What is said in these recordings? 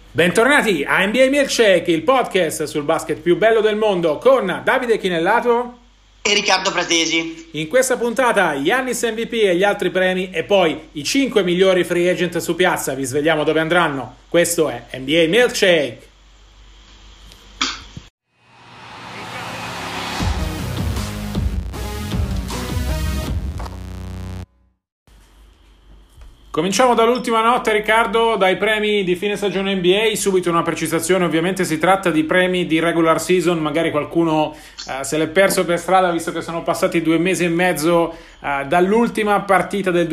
Bentornati a NBA Milkshake, il podcast sul basket più bello del mondo con Davide Chinellato e Riccardo Pratesi. In questa puntata Giannis MVP e gli altri premi e poi i 5 migliori free agent su piazza. Vi svegliamo dove andranno. Questo è NBA Milkshake. Cominciamo dall'ultima notte, Riccardo, dai premi di fine stagione NBA. Subito una precisazione: ovviamente si tratta di premi di regular season, magari qualcuno se l'è perso per strada visto che sono passati 2 mesi e mezzo dall'ultima partita del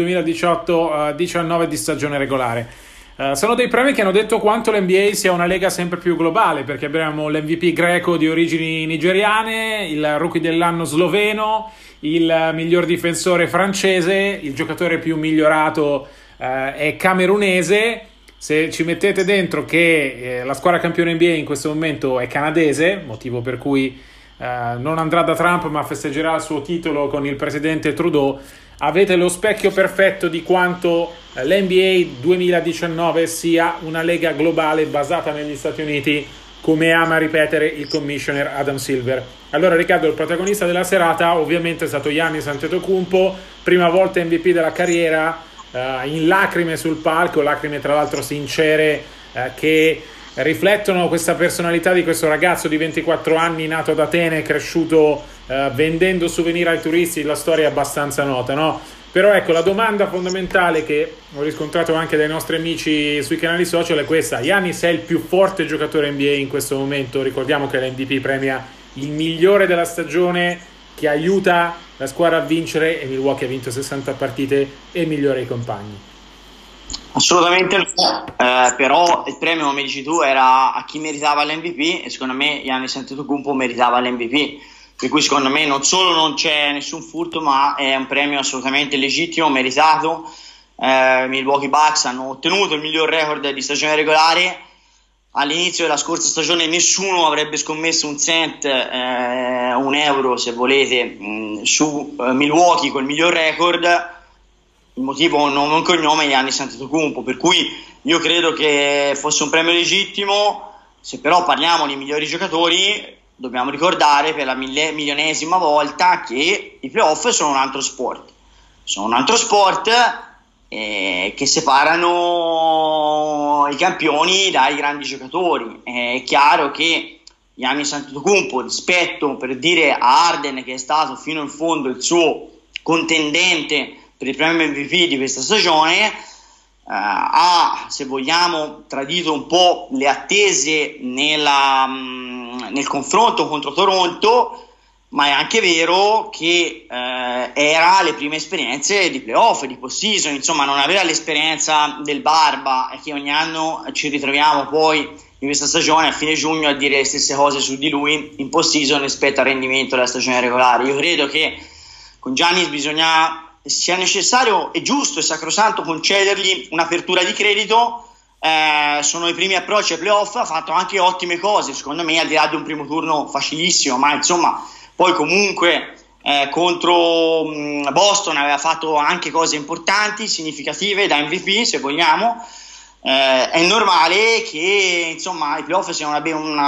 2018-19 di stagione regolare. Sono dei premi che hanno detto quanto l'NBA sia una lega sempre più globale, perché abbiamo l'MVP greco di origini nigeriane, il rookie dell'anno sloveno, il miglior difensore francese, il giocatore più migliorato è camerunese. Se ci mettete dentro che la squadra campione NBA in questo momento è canadese, motivo per cui non andrà da Trump ma festeggerà il suo titolo con il presidente Trudeau, avete lo specchio perfetto di quanto l'NBA 2019 sia una lega globale basata negli Stati Uniti, come ama ripetere il commissioner Adam Silver. Allora, Riccardo, il protagonista della serata ovviamente è stato Giannis Antetokounmpo, prima volta MVP della carriera, in lacrime sul palco, lacrime tra l'altro sincere che riflettono questa personalità di questo ragazzo di 24 anni nato ad Atene, cresciuto vendendo souvenir ai turisti. La storia è abbastanza nota, no? Però ecco, la domanda fondamentale che ho riscontrato anche dai nostri amici sui canali social è questa: Giannis è il più forte giocatore NBA in questo momento? Ricordiamo che l'MVP premia il migliore della stagione che aiuta la squadra a vincere, e Milwaukee ha vinto 60 partite e migliora i compagni. Assolutamente no, però il premio, come dici tu, era a chi meritava l'MVP, e secondo me Giannis Antetokounmpo meritava l'MVP, per cui secondo me non solo non c'è nessun furto, ma è un premio assolutamente legittimo, meritato. Milwaukee Bucks hanno ottenuto il miglior record di stagione regolare. All'inizio della scorsa stagione nessuno avrebbe scommesso un cent, un euro se volete, su Milwaukee col miglior record. Il motivo non cognome è Giannis Antetokounmpo, per cui io credo che fosse un premio legittimo. Se però parliamo di migliori giocatori, dobbiamo ricordare per la milionesima volta che i playoff sono un altro sport. Sono un altro sport che separano i campioni dai grandi giocatori. È chiaro che Giannis Antetokounmpo, rispetto, per dire, a Harden, che è stato fino in fondo il suo contendente per il premio MVP di questa stagione, ha, se vogliamo, tradito un po' le attese nel confronto contro Toronto, ma è anche vero che era le prime esperienze di playoff, di post-season, insomma non aveva l'esperienza del Barba, e che ogni anno ci ritroviamo poi in questa stagione a fine giugno a dire le stesse cose su di lui in post-season rispetto al rendimento della stagione regolare. Io credo che con Giannis sia necessario e giusto e sacrosanto concedergli un'apertura di credito. Sono i primi approcci ai playoff, ha fatto anche ottime cose secondo me, al di là di un primo turno facilissimo, ma insomma poi comunque contro Boston aveva fatto anche cose importanti, significative, da MVP se vogliamo. È normale che insomma i playoff siano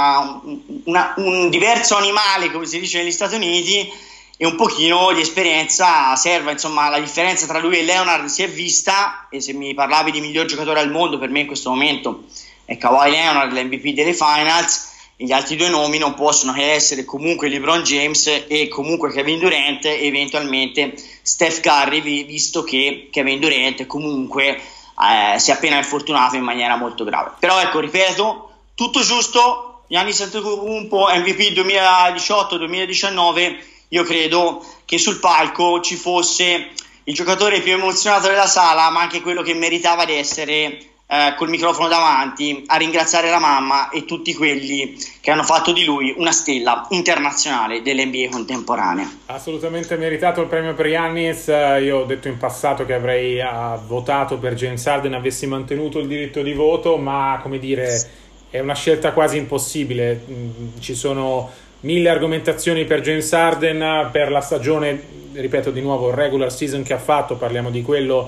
un diverso animale, come si dice negli Stati Uniti, e un pochino di esperienza serva. Insomma, la differenza tra lui e Leonard si è vista, e se mi parlavi di miglior giocatore al mondo, per me in questo momento è Kawhi Leonard, l'MVP delle Finals, e gli altri due nomi non possono che essere comunque LeBron James e comunque Kevin Durant, e eventualmente Steph Curry, visto che Kevin Durant comunque si è appena infortunato in maniera molto grave. Però ecco, ripeto, tutto giusto. Giannis Antetokounmpo MVP 2018-2019. Io credo che sul palco ci fosse il giocatore più emozionato della sala, ma anche quello che meritava di essere col microfono davanti a ringraziare la mamma e tutti quelli che hanno fatto di lui una stella internazionale dell'NBA contemporanea. Assolutamente meritato il premio per Giannis. Io ho detto in passato che avrei votato per James Harden avessi mantenuto il diritto di voto, ma come dire, è una scelta quasi impossibile. Ci sono 1000 argomentazioni per James Harden, per la stagione, ripeto di nuovo, regular season che ha fatto, parliamo di quello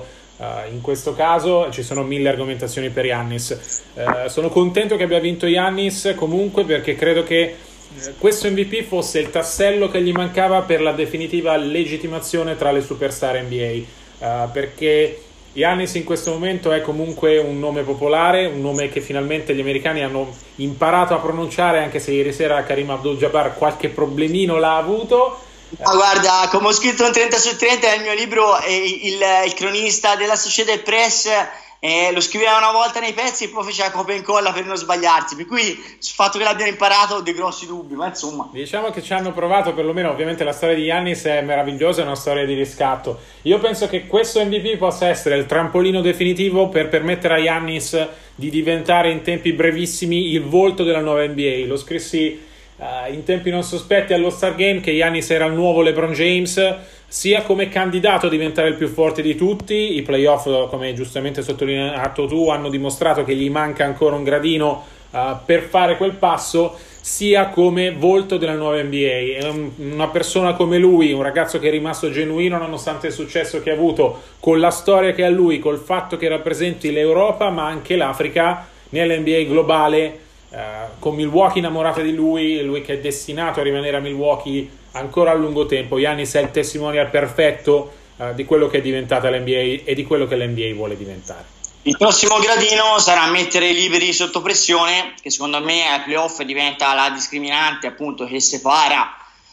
In questo caso ci sono 1000 argomentazioni per Giannis. Sono contento che abbia vinto Giannis comunque, perché credo che questo MVP fosse il tassello che gli mancava per la definitiva legittimazione tra le superstar NBA, perché Giannis in questo momento è comunque un nome popolare, un nome che finalmente gli americani hanno imparato a pronunciare, anche se ieri sera Kareem Abdul-Jabbar qualche problemino l'ha avuto. Ma guarda, come ho scritto in 30 su 30 nel mio libro, il cronista della Associated Press lo scriveva una volta nei pezzi e poi faceva copia e incolla per non sbagliarsi, per cui sul fatto che l'abbiano imparato ho dei grossi dubbi, ma insomma. Diciamo che ci hanno provato, perlomeno. Ovviamente la storia di Giannis è meravigliosa, è una storia di riscatto. Io penso che questo MVP possa essere il trampolino definitivo per permettere a Giannis di diventare in tempi brevissimi il volto della nuova NBA. Lo scrissi in tempi non sospetti allo Star Game che Giannis era il nuovo LeBron James, sia come candidato a diventare il più forte di tutti. I playoff, come giustamente sottolineato tu, hanno dimostrato che gli manca ancora un gradino per fare quel passo, sia come volto della nuova NBA. È una persona come lui, un ragazzo che è rimasto genuino nonostante il successo che ha avuto, con la storia che ha lui, col fatto che rappresenti l'Europa ma anche l'Africa nell'NBA globale, con Milwaukee innamorata di lui che è destinato a rimanere a Milwaukee ancora a lungo tempo. Giannis è il testimonial perfetto di quello che è diventata l'NBA e di quello che l'NBA vuole diventare. Il prossimo gradino sarà mettere i liberi sotto pressione, che secondo me ai playoff diventa la discriminante, appunto, che separa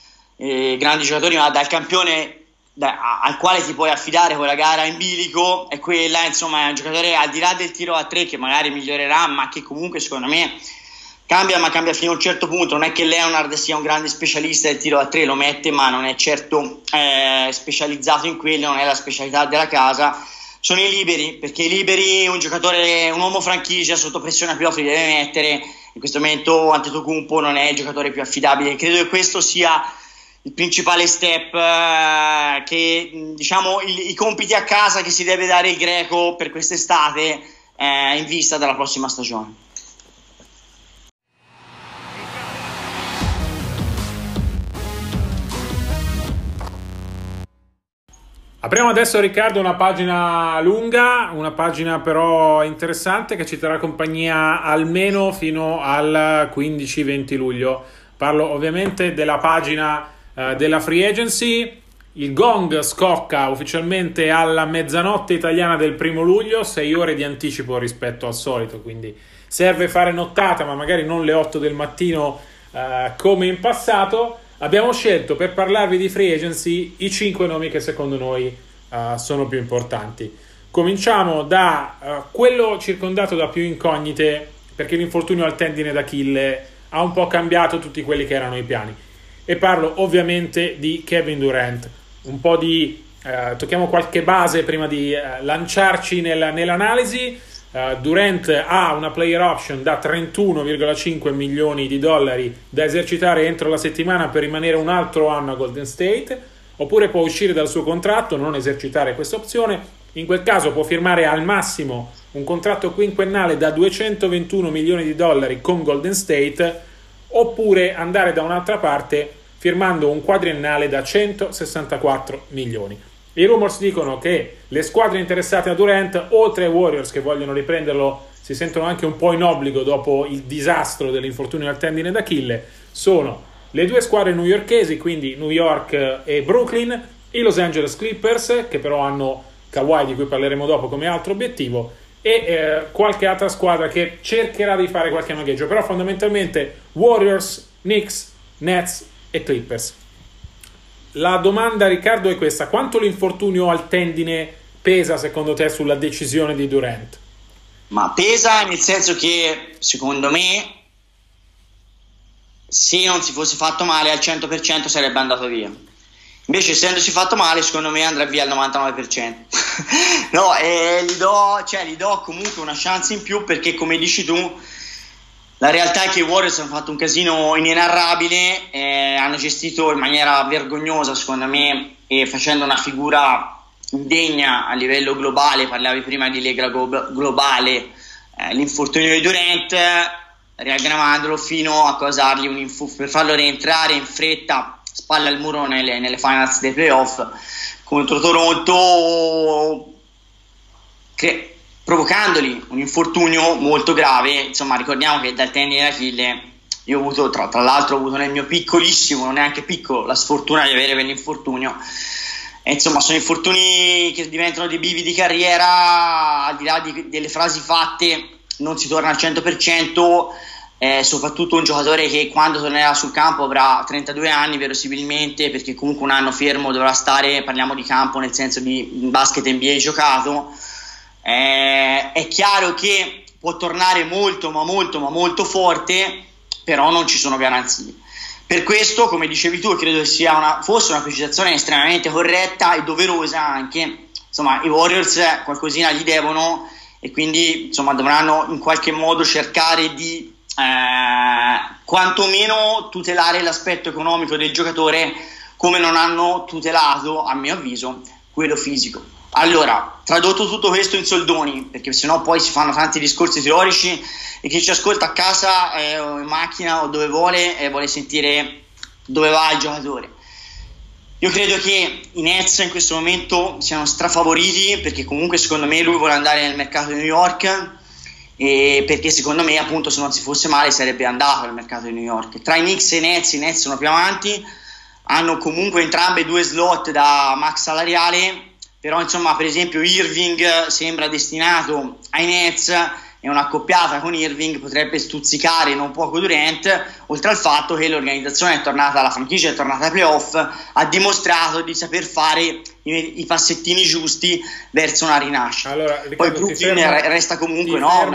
grandi giocatori dal campione al quale ti puoi affidare quella gara in bilico. È quella, insomma, è un giocatore al di là del tiro a tre che magari migliorerà, ma che comunque secondo me cambia fino a un certo punto. Non è che Leonard sia un grande specialista del tiro a tre, lo mette, ma non è certo specializzato in quello, non è la specialità della casa. Sono i liberi, perché i liberi un giocatore, un uomo franchigia sotto pressione a playoff li deve mettere. In questo momento Antetokounmpo non è il giocatore più affidabile. Credo che questo sia il principale step, che diciamo i compiti a casa che si deve dare il greco per quest'estate in vista della prossima stagione. Apriamo adesso, Riccardo, una pagina lunga, una pagina però interessante, che ci terrà compagnia almeno fino al 15-20 luglio. Parlo ovviamente della pagina della Free Agency. Il gong scocca ufficialmente alla mezzanotte italiana del 1 luglio, 6 ore di anticipo rispetto al solito, quindi serve fare nottata, ma magari non le 8 del mattino come in passato. Abbiamo scelto per parlarvi di Free Agency i 5 nomi che secondo noi sono più importanti. Cominciamo da quello circondato da più incognite, perché l'infortunio al tendine d'Achille ha un po' cambiato tutti quelli che erano i piani, e parlo ovviamente di Kevin Durant. Un po' di tocchiamo qualche base prima di lanciarci nell'analisi. Durant ha una player option da 31,5 milioni di dollari da esercitare entro la settimana per rimanere un altro anno a Golden State, oppure può uscire dal suo contratto, non esercitare questa opzione. In quel caso può firmare al massimo un contratto quinquennale da 221 milioni di dollari con Golden State, oppure andare da un'altra parte firmando un quadriennale da 164 milioni. I rumors dicono che le squadre interessate a Durant, oltre ai Warriors che vogliono riprenderlo, si sentono anche un po' in obbligo dopo il disastro dell'infortunio al tendine d'Achille, sono le due squadre newyorkesi, quindi New York e Brooklyn, i Los Angeles Clippers, che però hanno Kawhi, di cui parleremo dopo, come altro obiettivo, e qualche altra squadra che cercherà di fare qualche magheggio, però fondamentalmente Warriors, Knicks, Nets e Clippers. La domanda, Riccardo, è questa: quanto l'infortunio al tendine pesa secondo te sulla decisione di Durant? Ma pesa nel senso che secondo me, se non si fosse fatto male al 100% sarebbe andato via. Invece, essendosi fatto male, secondo me andrà via al 99%. No, gli do comunque una chance in più, perché come dici tu, la realtà è che i Warriors hanno fatto un casino inenarrabile, hanno gestito in maniera vergognosa secondo me, e facendo una figura indegna a livello globale. Parlavi prima di lega globale, l'infortunio di Durant, riaggravandolo fino a causargli per farlo rientrare in fretta, spalla al muro nelle finals dei playoff contro Toronto. provocandoli un infortunio molto grave. Insomma, ricordiamo che dal tendine d'Achille io ho avuto, tra l'altro ho avuto nel mio piccolissimo, non neanche piccolo, la sfortuna di avere quell'infortunio. E insomma, sono infortuni che diventano dei bivi di carriera. Al di là delle frasi fatte, non si torna al 100%, soprattutto un giocatore che quando tornerà sul campo avrà 32 anni verosimilmente, perché comunque un anno fermo dovrà stare, parliamo di campo nel senso di basket NBA giocato. È chiaro che può tornare molto ma molto forte, però non ci sono garanzie. Per questo, come dicevi tu, credo che fosse una precisazione estremamente corretta e doverosa anche. Insomma, i Warriors qualcosina gli devono, e quindi insomma dovranno in qualche modo cercare di quantomeno tutelare l'aspetto economico del giocatore, come non hanno tutelato, a mio avviso, quello fisico. Allora, tradotto tutto questo in soldoni, perché sennò poi si fanno tanti discorsi teorici e chi ci ascolta a casa o in macchina o dove vuole sentire dove va il giocatore. Io credo che i Nets in questo momento siano strafavoriti, perché comunque secondo me lui vuole andare nel mercato di New York, e perché secondo me appunto se non si fosse male sarebbe andato nel mercato di New York. Tra i Knicks e i Nets sono più avanti, hanno comunque entrambe 2 slot da max salariale, però insomma per esempio Irving sembra destinato ai Nets, e una accoppiata con Irving potrebbe stuzzicare non poco Durant, oltre al fatto che l'organizzazione è tornata, la franchigia è tornata ai playoff, ha dimostrato di saper fare i passettini giusti verso una rinascita. Allora, Riccardo, poi Brooklyn resta comunque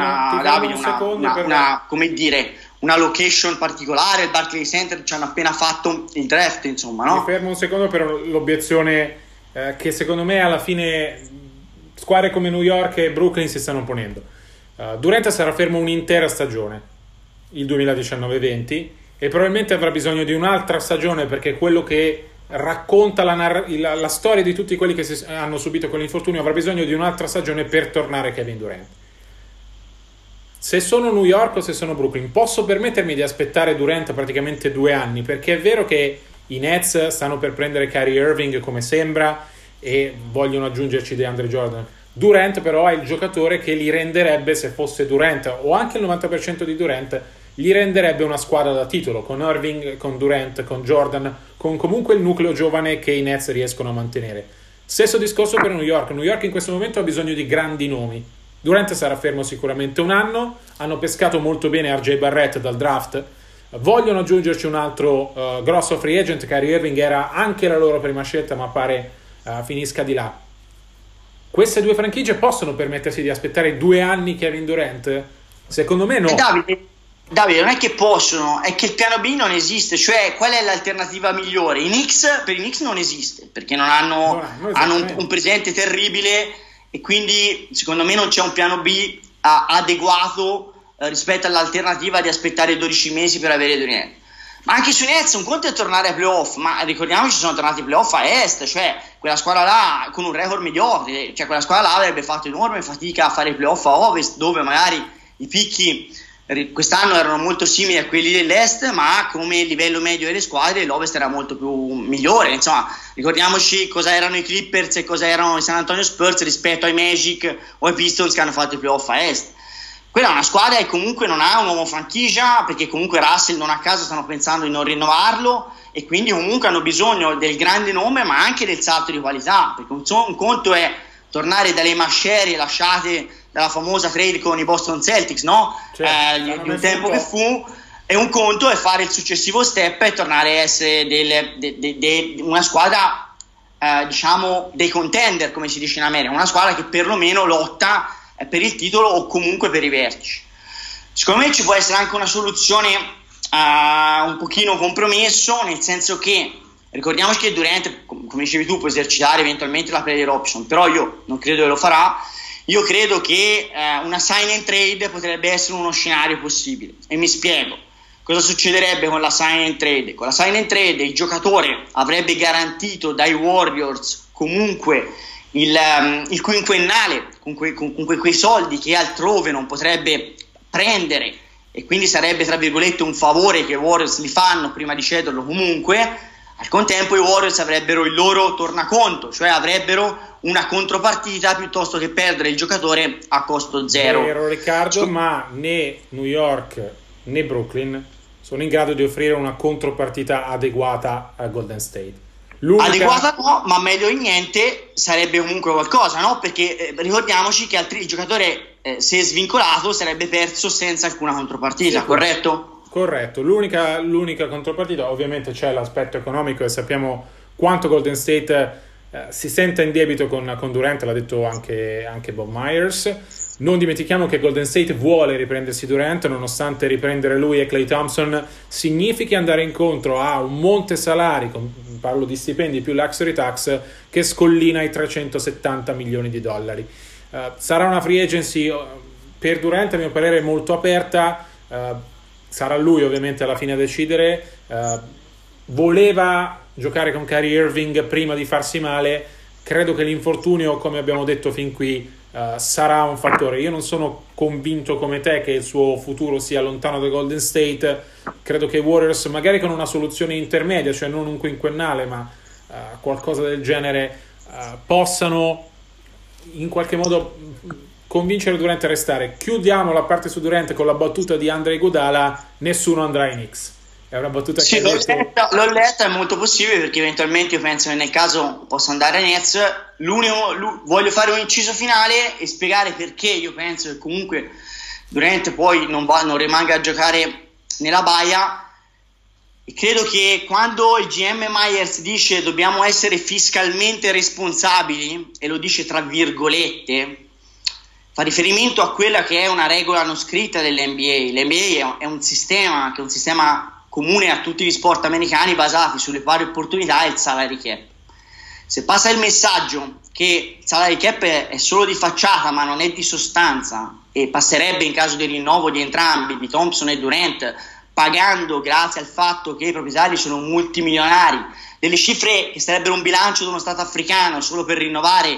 una location particolare. Il Barclays Center ci hanno appena fatto il draft, insomma, no? Mi fermo un secondo per l'obiezione che secondo me alla fine squadre come New York e Brooklyn si stanno ponendo. Durant sarà fermo un'intera stagione, il 2019-20, e probabilmente avrà bisogno di un'altra stagione, perché quello che racconta la storia di tutti quelli che hanno subito quell'infortunio avrà bisogno di un'altra stagione per tornare Kevin Durant. Se sono New York o se sono Brooklyn, posso permettermi di aspettare Durant praticamente 2 anni, perché è vero che i Nets stanno per prendere Kyrie Irving come sembra e vogliono aggiungerci DeAndre Jordan. Durant però è il giocatore che li renderebbe, se fosse Durant o anche il 90% di Durant, gli renderebbe una squadra da titolo, con Irving, con Durant, con Jordan, con comunque il nucleo giovane che i Nets riescono a mantenere. Stesso discorso per New York. New York in questo momento ha bisogno di grandi nomi. Durant sarà fermo sicuramente un anno, hanno pescato molto bene RJ Barrett dal draft, vogliono aggiungerci un altro grosso free agent. Kyrie Irving era anche la loro prima scelta, ma pare finisca di là. Queste 2 franchigie possono permettersi di aspettare 2 anni Kevin Durant? Secondo me no. Davide, non è che possono, è che il piano B non esiste. Cioè, qual è l'alternativa migliore? Per i Knicks non esiste, perché non hanno un presente terribile, e quindi secondo me non c'è un piano B adeguato rispetto all'alternativa di aspettare 12 mesi per avere Durant. Ma anche sui Nets un conto è tornare ai playoff, ma ricordiamoci sono tornati ai playoff a est, cioè quella squadra là con un record mediocre, cioè quella squadra là avrebbe fatto enorme fatica a fare i playoff a ovest, dove magari i picchi quest'anno erano molto simili a quelli dell'est, ma come livello medio delle squadre l'ovest era molto più migliore. Insomma, ricordiamoci cosa erano i Clippers e cosa erano i San Antonio Spurs rispetto ai Magic o ai Pistons che hanno fatto i playoff a est. Quella è una squadra che comunque non ha un uomo franchigia, perché comunque Russell non a caso stanno pensando di non rinnovarlo, e quindi comunque hanno bisogno del grande nome ma anche del salto di qualità, perché un conto è tornare dalle mascerie lasciate dalla famosa trade con i Boston Celtics, no? Di un tempo che fu, e un conto è fare il successivo step e tornare a essere una squadra diciamo dei contender, come si dice in America, una squadra che perlomeno lotta per il titolo o comunque per i vertici. Secondo me ci può essere anche una soluzione un pochino compromesso, nel senso che ricordiamoci che Durant, come dicevi tu, può esercitare eventualmente la player option, però io non credo che lo farà. Io credo che una sign and trade potrebbe essere uno scenario possibile, e mi spiego. Cosa succederebbe con la sign and trade? Con la sign and trade il giocatore avrebbe garantito dai Warriors comunque il quinquennale, con quei soldi che altrove non potrebbe prendere, e quindi sarebbe tra virgolette un favore che i Warriors gli fanno prima di cederlo comunque. Al contempo i Warriors avrebbero il loro tornaconto, cioè avrebbero una contropartita piuttosto che perdere il giocatore a costo zero. Vero, Riccardo, ma né New York né Brooklyn sono in grado di offrire una contropartita adeguata a Golden State. Adeguata no, ma meglio di niente sarebbe comunque qualcosa, no? Perché ricordiamoci che il giocatore se svincolato sarebbe perso senza alcuna contropartita, sì, corretto? Corretto, l'unica contropartita, ovviamente c'è l'aspetto economico e sappiamo quanto Golden State si senta in debito con Durant, l'ha detto anche Bob Myers. Non dimentichiamo che Golden State vuole riprendersi Durant, nonostante riprendere lui e Klay Thompson significhi andare incontro a un monte salari, parlo di stipendi più luxury tax, che scollina i $370 milioni. Sarà una free agency per Durant, a mio parere, molto aperta. Sarà lui ovviamente alla fine a decidere. Voleva giocare con Kyrie Irving prima di farsi male. Credo che l'infortunio, come abbiamo detto fin qui, sarà un fattore. Io non sono convinto come te che il suo futuro sia lontano da Golden State. Credo che i Warriors, magari con una soluzione intermedia, cioè non un quinquennale ma qualcosa del genere, possano in qualche modo convincere Durant a restare. Chiudiamo la parte su Durant con la battuta di Andre Iguodala: nessuno andrà ai Knicks. È una battuta sì, che l'ho letta, è molto possibile, perché eventualmente io penso che nel caso possa andare ai Nets. Voglio fare un inciso finale e spiegare perché io penso che comunque Durant poi non rimanga a giocare nella baia. E credo che quando il GM Myers dice dobbiamo essere fiscalmente responsabili, e lo dice tra virgolette, fa riferimento a quella che è una regola non scritta dell'NBA. L'NBA è un sistema comune a tutti gli sport americani, basati sulle pari opportunità e il salary cap. Se passa il messaggio che il salary cap è solo di facciata ma non è di sostanza, e passerebbe in caso di rinnovo di entrambi, di Thompson e Durant, pagando, grazie al fatto che i proprietari sono multimilionari, delle cifre che sarebbero un bilancio di uno stato africano solo per rinnovare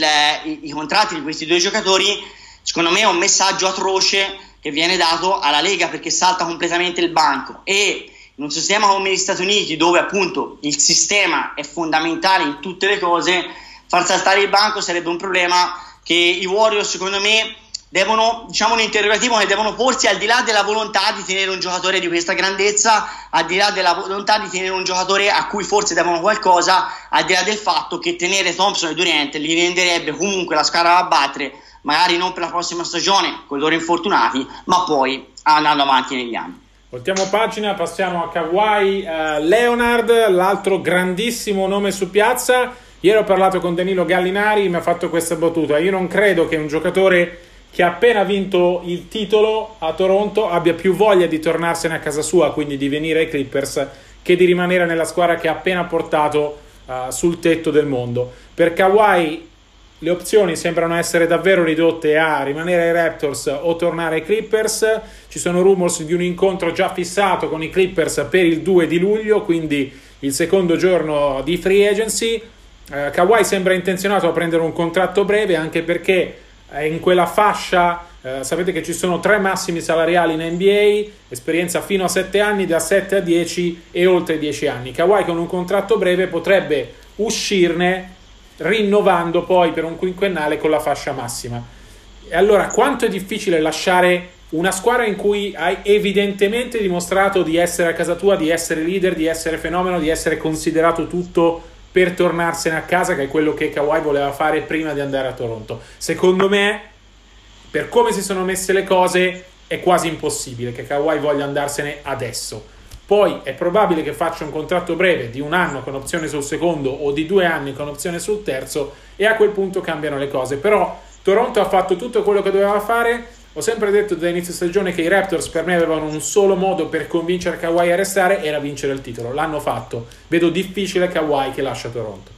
i contratti di questi due giocatori, secondo me è un messaggio atroce che viene dato alla Lega, perché salta completamente il banco. E in un sistema come gli Stati Uniti, dove appunto il sistema è fondamentale in tutte le cose, far saltare il banco sarebbe un problema che i Warriors, secondo me, devono, diciamo, un interrogativo che devono porsi, al di là della volontà di tenere un giocatore di questa grandezza, al di là della volontà di tenere un giocatore a cui forse devono qualcosa, al di là del fatto che tenere Thompson e Durant li renderebbe comunque la squadra da battere, magari non per la prossima stagione con i loro infortunati, ma poi andando avanti negli anni. Voltiamo pagina, passiamo a Kawhi Leonard, l'altro grandissimo nome su piazza. Ieri ho parlato con Danilo Gallinari, mi ha fatto questa battuta: io non credo che un giocatore che ha appena vinto il titolo a Toronto abbia più voglia di tornarsene a casa sua, quindi di venire ai Clippers, che di rimanere nella squadra che ha appena portato sul tetto del mondo. Per Kawhi le opzioni sembrano essere davvero ridotte a rimanere ai Raptors o tornare ai Clippers. Ci sono rumors di un incontro già fissato con i Clippers per il 2 di luglio, quindi il secondo giorno di free agency. Kawhi sembra intenzionato a prendere un contratto breve, anche perché in quella fascia sapete che ci sono 3 massimi salariali in NBA, esperienza fino a 7 anni, da 7 a 10 e oltre 10 anni. Kawhi con un contratto breve potrebbe uscirne rinnovando poi per un quinquennale con la fascia massima. E allora quanto è difficile lasciare una squadra in cui hai evidentemente dimostrato di essere a casa tua, di essere leader, di essere fenomeno, di essere considerato tutto, per tornarsene a casa, che è quello che Kawhi voleva fare prima di andare a Toronto. Secondo me, per come si sono messe le cose, è quasi impossibile che Kawhi voglia andarsene adesso. Poi è probabile che faccia un contratto breve di 1 anno con opzione sul secondo, o di 2 anni con opzione sul terzo, e a quel punto cambiano le cose. Però Toronto ha fatto tutto quello che doveva fare. Ho sempre detto da inizio stagione che i Raptors per me avevano un solo modo per convincere Kawhi a restare, era vincere il titolo. L'hanno fatto. Vedo difficile Kawhi che lascia Toronto.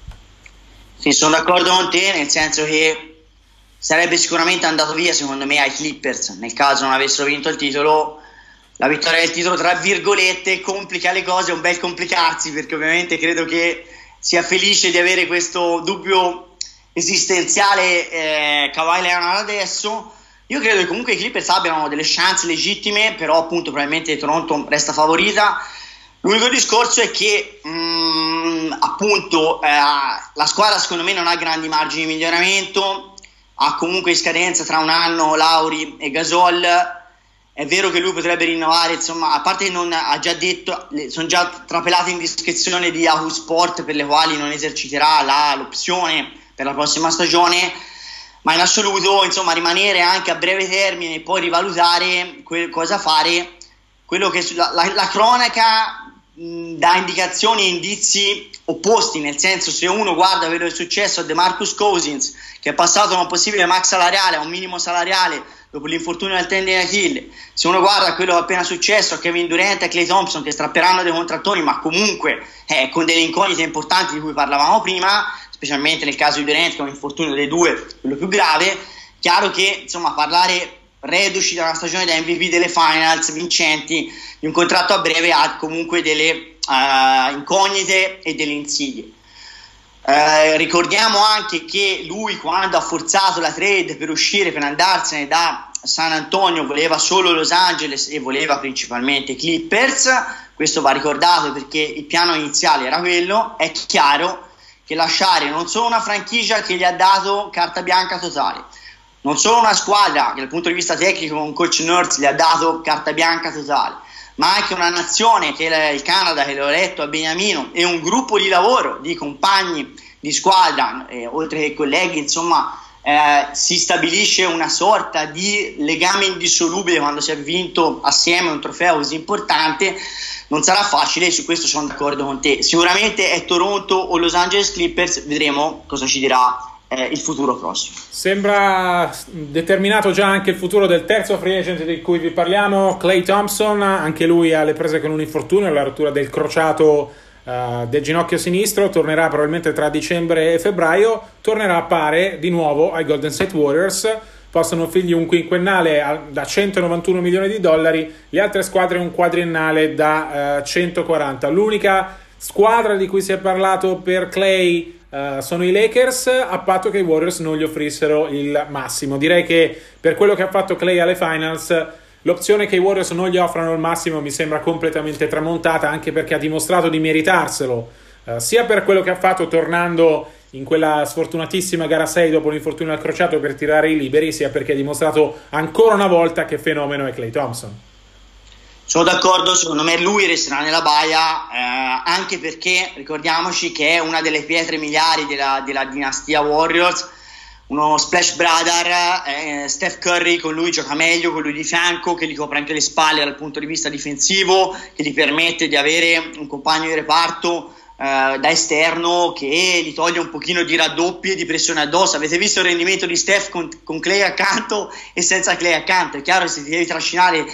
Sì, sono d'accordo con te, nel senso che sarebbe sicuramente andato via, secondo me, ai Clippers nel caso non avessero vinto il titolo. La vittoria del titolo, tra virgolette, complica le cose, è un bel complicarsi, perché ovviamente credo che sia felice di avere questo dubbio esistenziale Kawhi Leonard adesso. Io credo che comunque i Clippers abbiano delle chance legittime, però appunto probabilmente Toronto resta favorita. L'unico discorso è che appunto la squadra secondo me non ha grandi margini di miglioramento, ha comunque in scadenza tra un anno Lauri e Gasol. È vero che lui potrebbe rinnovare, insomma, a parte che non ha già detto, sono già trapelate indiscrezioni di Yahoo Sport per le quali non eserciterà l'opzione per la prossima stagione, ma in assoluto, insomma, rimanere anche a breve termine e poi rivalutare cosa fare. Quello che la cronaca dà indicazioni e indizi opposti, nel senso, se uno guarda quello che è successo a DeMarcus Cousins, che è passato da un possibile max salariale a un minimo salariale dopo l'infortunio del tendine d'Achille, se uno guarda quello che è appena successo a Kevin Durant e a Klay Thompson, che strapperanno dei contrattoni, ma comunque con delle incognite importanti di cui parlavamo prima, specialmente nel caso di Durant, che è un infortunio dei due quello più grave, chiaro che, insomma, parlare reduci da una stagione da MVP delle finals vincenti di un contratto a breve ha comunque delle incognite e delle insidie. Ricordiamo anche che lui, quando ha forzato la trade per uscire, per andarsene da San Antonio, voleva solo Los Angeles e voleva principalmente Clippers. Questo va ricordato perché il piano iniziale era quello. È chiaro che lasciare non solo una franchigia che gli ha dato carta bianca totale, non solo una squadra che dal punto di vista tecnico con coach Nurse gli ha dato carta bianca totale, ma anche una nazione che è il Canada, che l'ho letto a Beniamino, e un gruppo di lavoro di compagni di squadra, oltre che colleghi, insomma, si stabilisce una sorta di legame indissolubile quando si è vinto assieme un trofeo così importante. Non sarà facile, su questo sono d'accordo con te. Sicuramente è Toronto o Los Angeles Clippers, vedremo cosa ci dirà il futuro prossimo. Sembra determinato già anche il futuro del terzo free agent di cui vi parliamo, Klay Thompson. Anche lui ha le prese con un infortunio, la rottura del crociato del ginocchio sinistro. Tornerà probabilmente tra dicembre e febbraio. Tornerà, pare, di nuovo ai Golden State Warriors. Possono offrirgli un quinquennale da $191 milioni, le altre squadre un quadriennale da 140. L'unica squadra di cui si è parlato per Klay sono i Lakers, a patto che i Warriors non gli offrissero il massimo. Direi che per quello che ha fatto Klay alle finals, l'opzione che i Warriors non gli offrano il massimo mi sembra completamente tramontata, anche perché ha dimostrato di meritarselo, sia per quello che ha fatto tornando in quella sfortunatissima gara 6 dopo l'infortunio al crociato per tirare i liberi, sia perché ha dimostrato ancora una volta che fenomeno è Klay Thompson. Sono d'accordo, secondo me lui resterà nella baia, anche perché ricordiamoci che è una delle pietre miliari della dinastia Warriors, uno splash brother, Steph Curry con lui gioca meglio, con lui di fianco, che gli copre anche le spalle dal punto di vista difensivo, che gli permette di avere un compagno di reparto da esterno che gli toglie un pochino di raddoppi e di pressione addosso. Avete visto il rendimento di Steph con Klay accanto e senza Klay accanto? È chiaro che se ti devi trascinare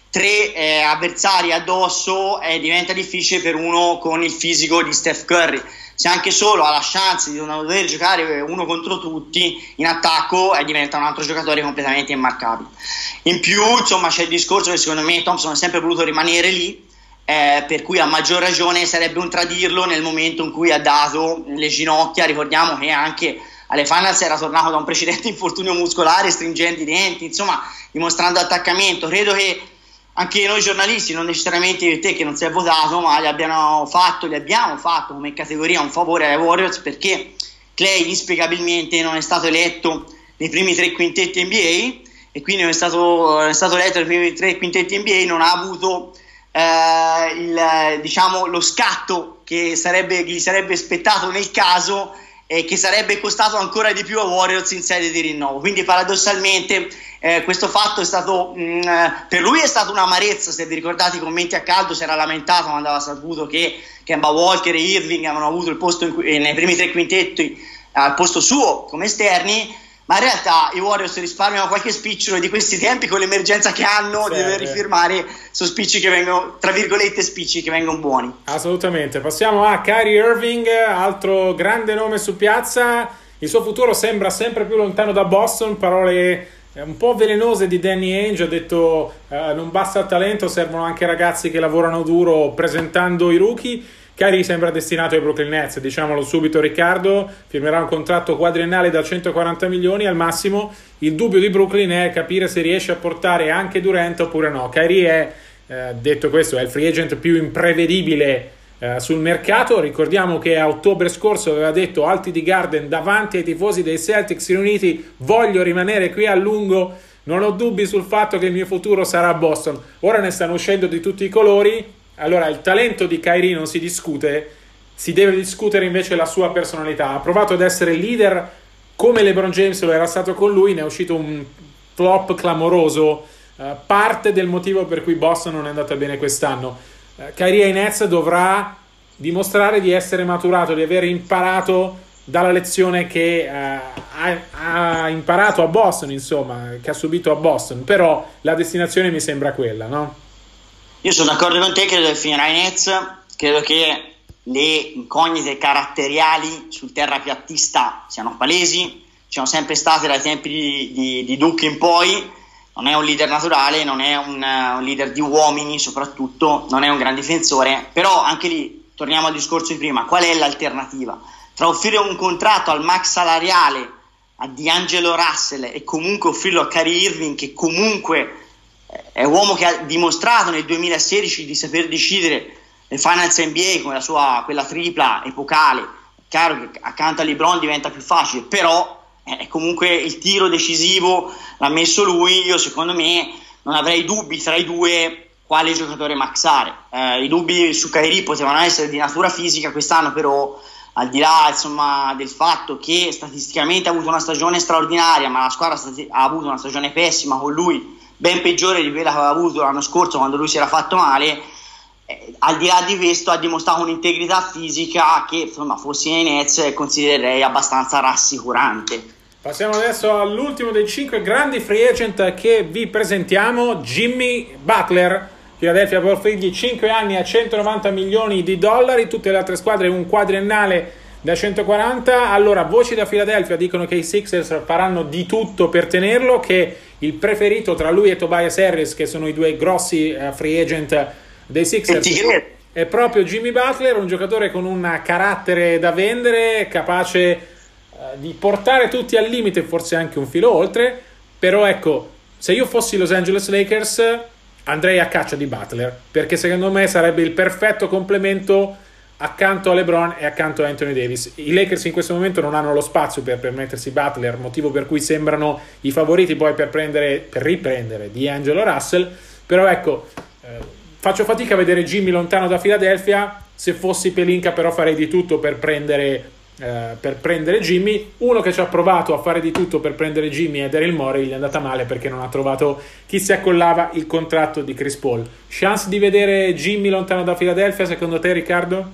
tre avversari addosso diventa difficile per uno con il fisico di Steph Curry. Se anche solo ha la chance di non dover giocare uno contro tutti in attacco, diventa un altro giocatore completamente immarcabile. In più, insomma, c'è il discorso che secondo me Thompson ha sempre voluto rimanere lì, per cui a maggior ragione sarebbe un tradirlo nel momento in cui ha dato le ginocchia. Ricordiamo che anche alle finals era tornato da un precedente infortunio muscolare, stringendo i denti, insomma, dimostrando attaccamento. Credo che anche noi giornalisti, non necessariamente te che non sei votato, ma gli abbiamo fatto come categoria un favore ai Warriors, perché Klay inspiegabilmente non è stato eletto nei primi 3 quintetti NBA, e quindi non è stato eletto nei primi 3 quintetti NBA, non ha avuto lo scatto che gli sarebbe spettato nel caso, e che sarebbe costato ancora di più a Warriors in sede di rinnovo. Quindi paradossalmente questo fatto è stato per lui è stata un'amarezza. Se vi ricordate i commenti a caldo, si era lamentato quando aveva saputo che Kemba Walker e Irving avevano avuto il posto nei primi 3 quintetti al posto suo come esterni, ma in realtà i Warriors risparmiano qualche spicciolo di questi tempi con l'emergenza che hanno di dover rifirmare su spicci che vengono, tra virgolette, spicci che vengono buoni. Assolutamente. Passiamo a Kyrie Irving, altro grande nome su piazza. Il suo futuro sembra sempre più lontano da Boston. Parole un po' velenose di Danny Ainge. Ha detto non basta il talento, servono anche ragazzi che lavorano duro presentando i rookie. Kyrie sembra destinato ai Brooklyn Nets, diciamolo subito Riccardo, firmerà un contratto quadriennale da 140 milioni al massimo. Il dubbio di Brooklyn è capire se riesce a portare anche Durant oppure no. Kyrie è detto questo, è il free agent più imprevedibile sul mercato. Ricordiamo che a ottobre scorso aveva detto alti di Garden davanti ai tifosi dei Celtics riuniti: voglio rimanere qui a lungo, non ho dubbi sul fatto che il mio futuro sarà a Boston. Ora ne stanno uscendo di tutti i colori. Allora, il talento di Kyrie non si discute, si deve discutere invece la sua personalità. Ha provato ad essere leader come LeBron James lo era stato con lui, ne è uscito un flop clamoroso, parte del motivo per cui Boston non è andata bene quest'anno. Kyrie ai Nets dovrà dimostrare di essere maturato, di aver imparato dalla lezione che ha imparato a Boston, insomma, che ha subito a Boston, però la destinazione mi sembra quella, no? Io sono d'accordo con te, credo che finirà ai Nets, credo che le incognite caratteriali sul terrapiattista siano palesi, ci sono sempre state dai tempi di Duke in poi. Non è un leader naturale, non è un leader di uomini soprattutto, non è un gran difensore, però anche lì torniamo al discorso di prima: qual è l'alternativa? Tra offrire un contratto al max salariale a D'Angelo Russell e comunque offrirlo a Kyrie Irving, che comunque è un uomo che ha dimostrato nel 2016 di saper decidere le Finals NBA con quella tripla epocale. È chiaro che accanto a LeBron diventa più facile, però comunque il tiro decisivo l'ha messo lui. Io, secondo me, non avrei dubbi tra i due quale giocatore maxare. I dubbi su Kyrie potevano essere di natura fisica quest'anno, però al di là, insomma, del fatto che statisticamente ha avuto una stagione straordinaria, ma la squadra ha avuto una stagione pessima con lui, ben peggiore di quella che aveva avuto l'anno scorso quando lui si era fatto male. Al di là di questo ha dimostrato un'integrità fisica che, insomma, fossi nei Nets considererei abbastanza rassicurante. Passiamo adesso all'ultimo dei 5 grandi free agent che vi presentiamo, Jimmy Butler. Philadelphia per offrirgli 5 anni a $190 milioni, tutte le altre squadre un quadriennale da 140. Allora, voci da Philadelphia dicono che i Sixers faranno di tutto per tenerlo, che il preferito tra lui e Tobias Harris, che sono i due grossi free agent dei Sixers, è proprio Jimmy Butler, un giocatore con un carattere da vendere, capace di portare tutti al limite, forse anche un filo oltre. Però ecco, se io fossi Los Angeles Lakers andrei a caccia di Butler, perché secondo me sarebbe il perfetto complemento accanto a LeBron e accanto a Anthony Davis. I Lakers in questo momento non hanno lo spazio per permettersi Butler, motivo per cui sembrano i favoriti poi per riprendere D'Angelo Russell. Però ecco, faccio fatica a vedere Jimmy lontano da Philadelphia. Se fossi Pelinka però farei di tutto per prendere Jimmy. Uno che ci ha provato a fare di tutto per prendere Jimmy è Daryl Morey, gli è andata male perché non ha trovato chi si accollava il contratto di Chris Paul. Chance di vedere Jimmy lontano da Philadelphia secondo te, Riccardo?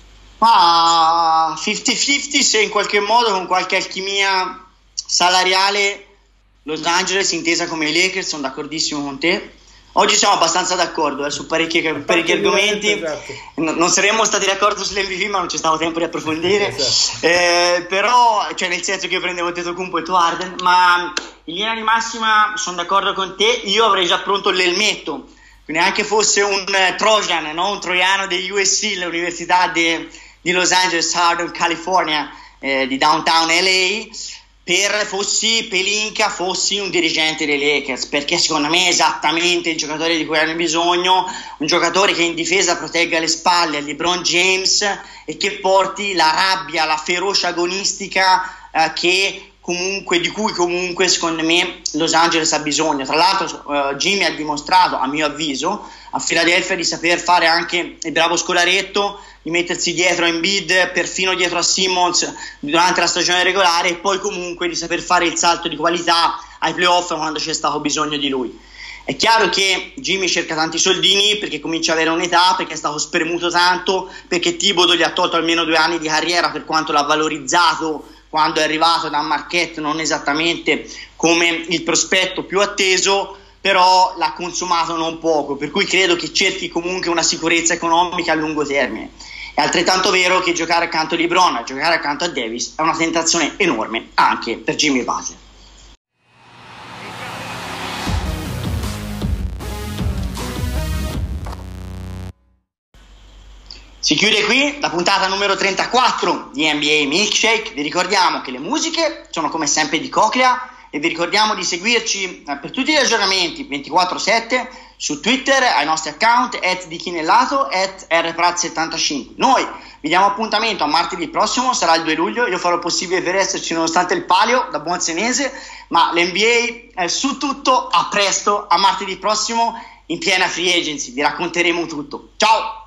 Ma 50-50, se in qualche modo con qualche alchimia salariale Los Angeles intesa come i Lakers, sono d'accordissimo con te. Oggi siamo abbastanza d'accordo su parecchi argomenti, esatto. Non saremmo stati d'accordo sull'MVP, ma non c'è stato tempo di approfondire, esatto. Però, cioè, nel senso che io prendevo Antetokounmpo e tu Harden, ma in linea di massima sono d'accordo con te. Io avrei già pronto l'elmetto, quindi anche fosse un Trojan, no? Un troiano di USC, l'università di Los Angeles, Southern California, di downtown LA, per fossi Pelinka, fossi un dirigente dei Lakers, perché secondo me è esattamente il giocatore di cui hanno bisogno, un giocatore che in difesa protegga le spalle a LeBron James e che porti la rabbia, la ferocia agonistica di cui comunque secondo me Los Angeles ha bisogno. Tra l'altro Jimmy ha dimostrato, a mio avviso, a Philadelphia di saper fare anche il bravo scolaretto, di mettersi dietro a Embiid, perfino dietro a Simmons durante la stagione regolare, e poi comunque di saper fare il salto di qualità ai playoff quando c'è stato bisogno di lui. È chiaro che Jimmy cerca tanti soldini perché comincia ad avere un'età, perché è stato spremuto tanto, perché Thibodeau gli ha tolto almeno 2 anni di carriera, per quanto l'ha valorizzato quando è arrivato da Marquette, non esattamente come il prospetto più atteso, però l'ha consumato non poco, per cui credo che cerchi comunque una sicurezza economica a lungo termine. È altrettanto vero che giocare accanto a LeBron, giocare accanto a Davis è una tentazione enorme anche per Jimmy Butler. Si chiude qui la puntata numero 34 di NBA Milkshake. Vi ricordiamo che le musiche sono come sempre di Coclea e vi ricordiamo di seguirci per tutti gli aggiornamenti 24/7 su Twitter, ai nostri account @dichinellato, @rprat75. Noi vi diamo appuntamento a martedì prossimo, sarà il 2 luglio, io farò il possibile per esserci nonostante il palio da buon senese, ma l'NBA è su tutto. A presto, a martedì prossimo in piena free agency, vi racconteremo tutto. Ciao!